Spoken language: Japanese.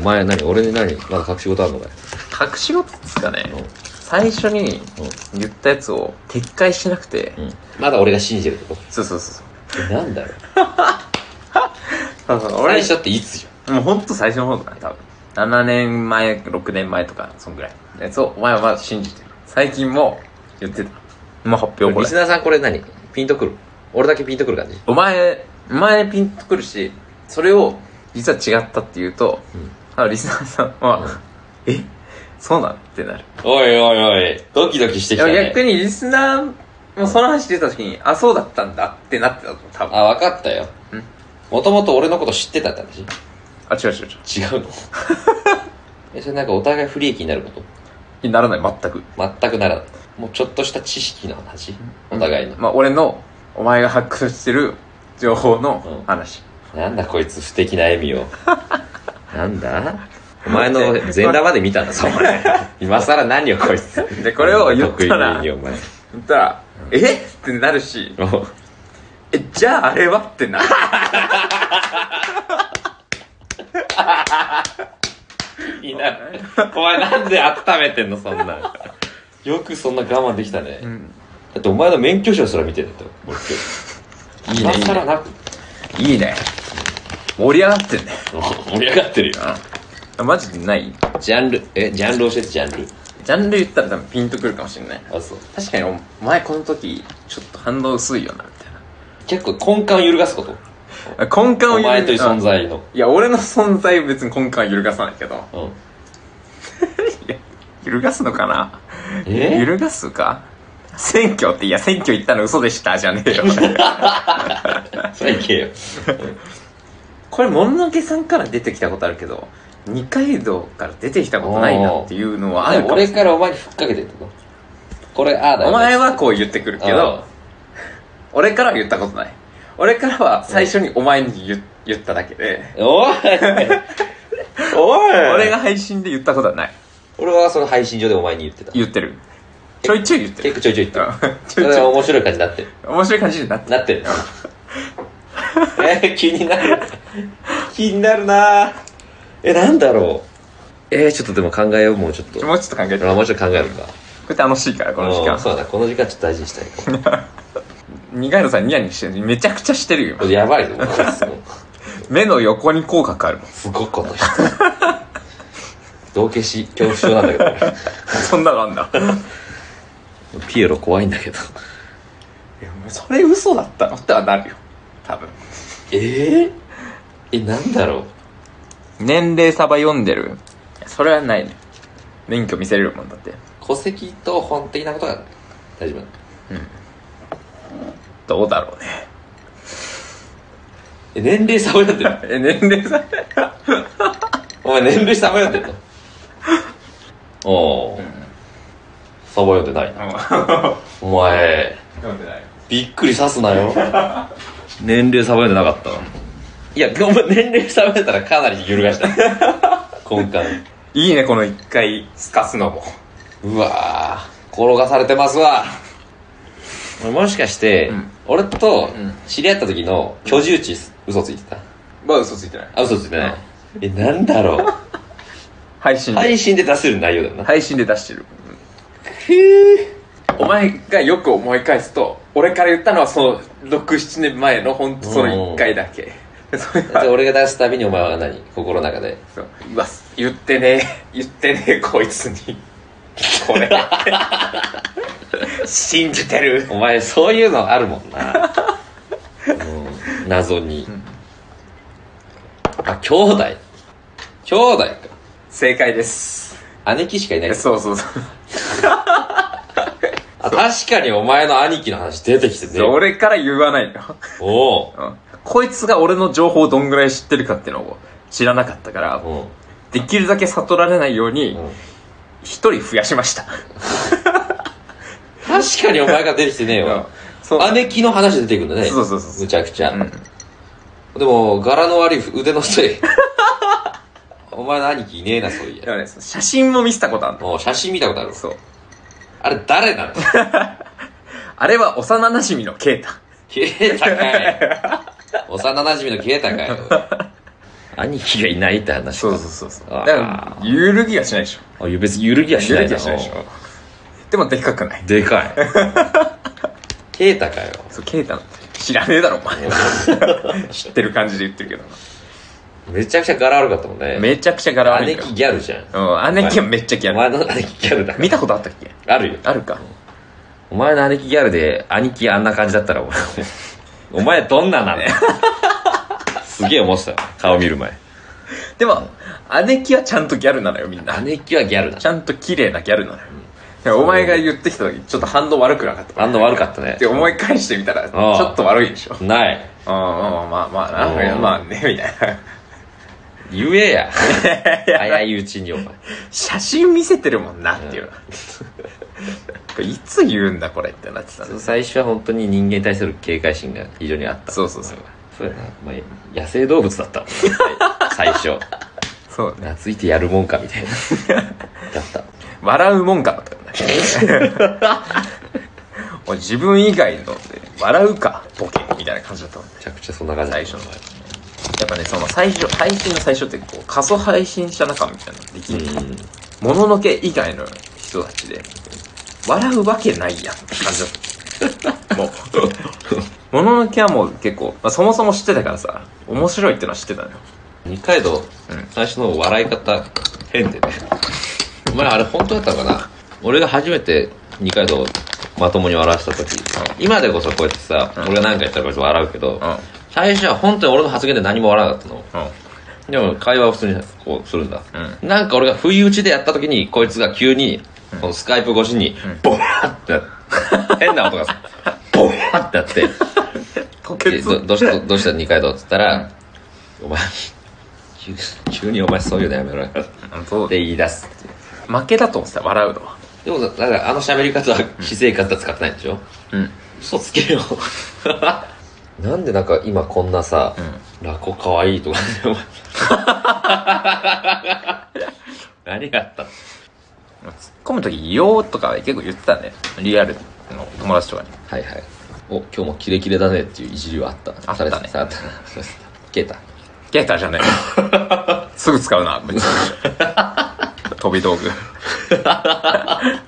前俺にまだ隠し事あるのかよ。 隠し事ですかね。最初に言ったやつを撤回しなくて、 まだ俺が信じてるってこと。 そうなんだろう。 俺最初っていつじもうほんと最初の方とかね、多分7年前6年前とかそんぐらいのやつをお前はまだ信じてる。最近も言ってた。もう発表これリスナーさんこれピンとくる？俺だけピンとくる感じ？ お前ピンとくるし、それを実は違ったって言うと、リスナーさんは、そうなんってなる。 おいドキドキしてきたね。 逆にリスナーもその話出た時に、そうだったんだってなってたと多分。 分かったよ。もともと俺のこと知ってたって話？ 違うのそれお互い不利益になること？ にならない。全くならない。もうちょっとした知識の話、お互いの。 お前が発掘してる情報の話、 なんだこいつ不敵な笑みをなんだお前の全裸まで見たんだぞ俺今更何よこいつでこれを言ったら得意にお前ってなるし、じゃああれはってなるいいな。お前なんで温めてんのそんな。よくそんな我慢できたね。だってお前の免許証すら見てるんだよ。 いいね。 今更なく。 いいね。盛り上がってんね。 盛り上がってるよ。 マジでない？ ジャンル教えて、ジャンル。 ジャンル言ったら多分ピンとくるかもしれない。 そう。 確かにお前この時ちょっと反応薄いよなみたいな。 結構根幹を揺るがすこと。 根幹をお前という存在の。 いや俺の存在は別に根幹を揺るがさないけど。いや揺るがすのかな。揺るがすか。選挙って選挙行ったの嘘でしたじゃねえよ。 それいけよ。 これもののけさんから出てきたことあるけど、二階堂から出てきたことないなっていうのはあるかもしれない。 俺からお前にふっかけてるってこと？これだよね。 お前はこう言ってくるけど、俺からは言ったことない。俺からは最初にお前に言っただけで。 おい俺が配信で言ったことはない。 俺はその配信上でお前に言ってた。 言ってる。ちょいちょい言ってる。 結構ちょいちょい言ってる。それは面白い感じになってる。 面白い感じになってる。 気になる。気になるな。なんだろう。ちょっとでも考えよう。もうちょっと考えて。もうちょっと考えるか。 これ楽しいからこの時間。 そうだ、この時間ちょっと大事にしたいかも。 二階堂さんニヤニヤしてる。めちゃくちゃしてるよ。 これやばいぞ。 目の横に口角あるもん。 すごいことしてる。道化師恐怖症なんだけど。 そんなのあんだ。 ピエロ怖いんだけど。 それ嘘だったのってはなるよ多分。 なんだろう。年齢差ば読んでる。それはないね。免許見せれるもんだって。 戸籍と本的なことが大丈夫なの。 どうだろうね。 年齢差ば読んでる。 年齢差お前年齢差ば読んでるの？差ば読んでないな。お前読んでない。 びっくりさすなよ。年齢差ば読んでなかったわ。いや、お前年齢差ば読んでたらかなり揺るがした。根幹。 いいねこの一回すかすのも。 うわー、転がされてますわ。もしかして、俺と知り合った時の居住地嘘ついてた？ 嘘ついてない。 嘘ついてない。なんだろう。配信で出せる内容だよな。 配信で出してる。お前がよく思い返すと、俺から言ったのはその6、7年前の本当その1回だけ。 俺が出すたびにお前は心の中でうわ、言ってねえこいつにこれ信じてる。 お前そういうのあるもんな。謎に。兄弟か。 正解です。 姉貴しかいない。 そう確かにお前の兄貴の話出てきてね。 俺から言わないの。こいつが俺の情報をどんぐらい知ってるかっていうのを知らなかったから、できるだけ悟られないように一人増やしました。 確かにお前が出てきてねえわ。姉貴の話出てくるんだね。 そうむちゃくちゃ。でも柄の悪い腕の太いお前の兄貴いねえな。そういや、 写真も見せたことあるの。 写真見たことある。 そう。 あれ誰なの？ あれは幼馴染のケイタ。 ケイタかい。幼馴染のケイタかよ。 兄貴がいないって話か。 そうだから揺るぎはしないでしょ。 別に揺るぎはしないな。 でもでかくない？ でかい。ケイタかよ。 そう、ケイタ知らねえだろお前。知ってる感じで言ってるけど。 めちゃくちゃ柄悪かったもんね。 めちゃくちゃ柄悪い。 姉貴ギャルじゃん。うん、姉貴はめっちゃギャル。 お前の姉貴ギャルだ。 見たことあったっけ？ あるよ。 あるか。 お前の姉貴ギャルで兄貴あんな感じだったらお前どんななの？すげえ思ってたよ、顔見る前。 でも姉貴はちゃんとギャルなのよ、みんな。 姉貴はギャルだ。 ちゃんと綺麗なギャルなのよ。お前が言ってきた時ちょっと反応悪くなかった？ 反応悪かったね。 で思い返してみたらちょっと悪いでしょ。 ない。 まあねみたいな。 言えや。早いうちにお前。 写真見せてるもんなっていう。いつ言うんだこれってなってたね。 最初は本当に人間に対する警戒心が非常にあった。 そうやな、野生動物だったもんね。最初。 そうね。 懐いてやるもんかみたいな。だった。 笑うもんかだったよね。おい自分以外ので笑うかボケみたいな感じだったもんね。 めちゃくちゃそんな感じ。 最初の。やっぱね、その配信の最初ってこう仮想配信者仲間みたいなのできる。もののけ以外の人たちで笑うわけないやんって感じだった。もうもののけはもう結構、そもそも知ってたからさ、面白いってのは知ってたのよ。 二階堂、最初の笑い方変でね。お前あれ本当だったのかな。俺が初めて二階堂まともに笑わせた時、今でこそこうやってさ、俺が何か言ったらこいつ笑うけど、最初は本当に俺の発言で何も笑わなかったの。でも会話を普通にこうするんだ。なんか俺が不意打ちでやった時にこいつが急にこのスカイプ越しにボワーってなって変な音がさボワーってなってどうした二階堂っつったら、お前急にお前そういうのやめろよって言い出す。 負けだと思ってた、笑うのは。 でもだからあの喋り方は私生活は使ってないんでしょ。嘘つけよ。なんでなんか今こんなさ、ラコかわいいとかね、お前。何があったの？ 突っ込むとき、よーとか結構言ってたね。リアルの友達とかに。 はいはい。お、今日もキレキレだねっていういじりはあった。 あったね。 あった。ケータじゃねえ。すぐ使うな、飛び道具。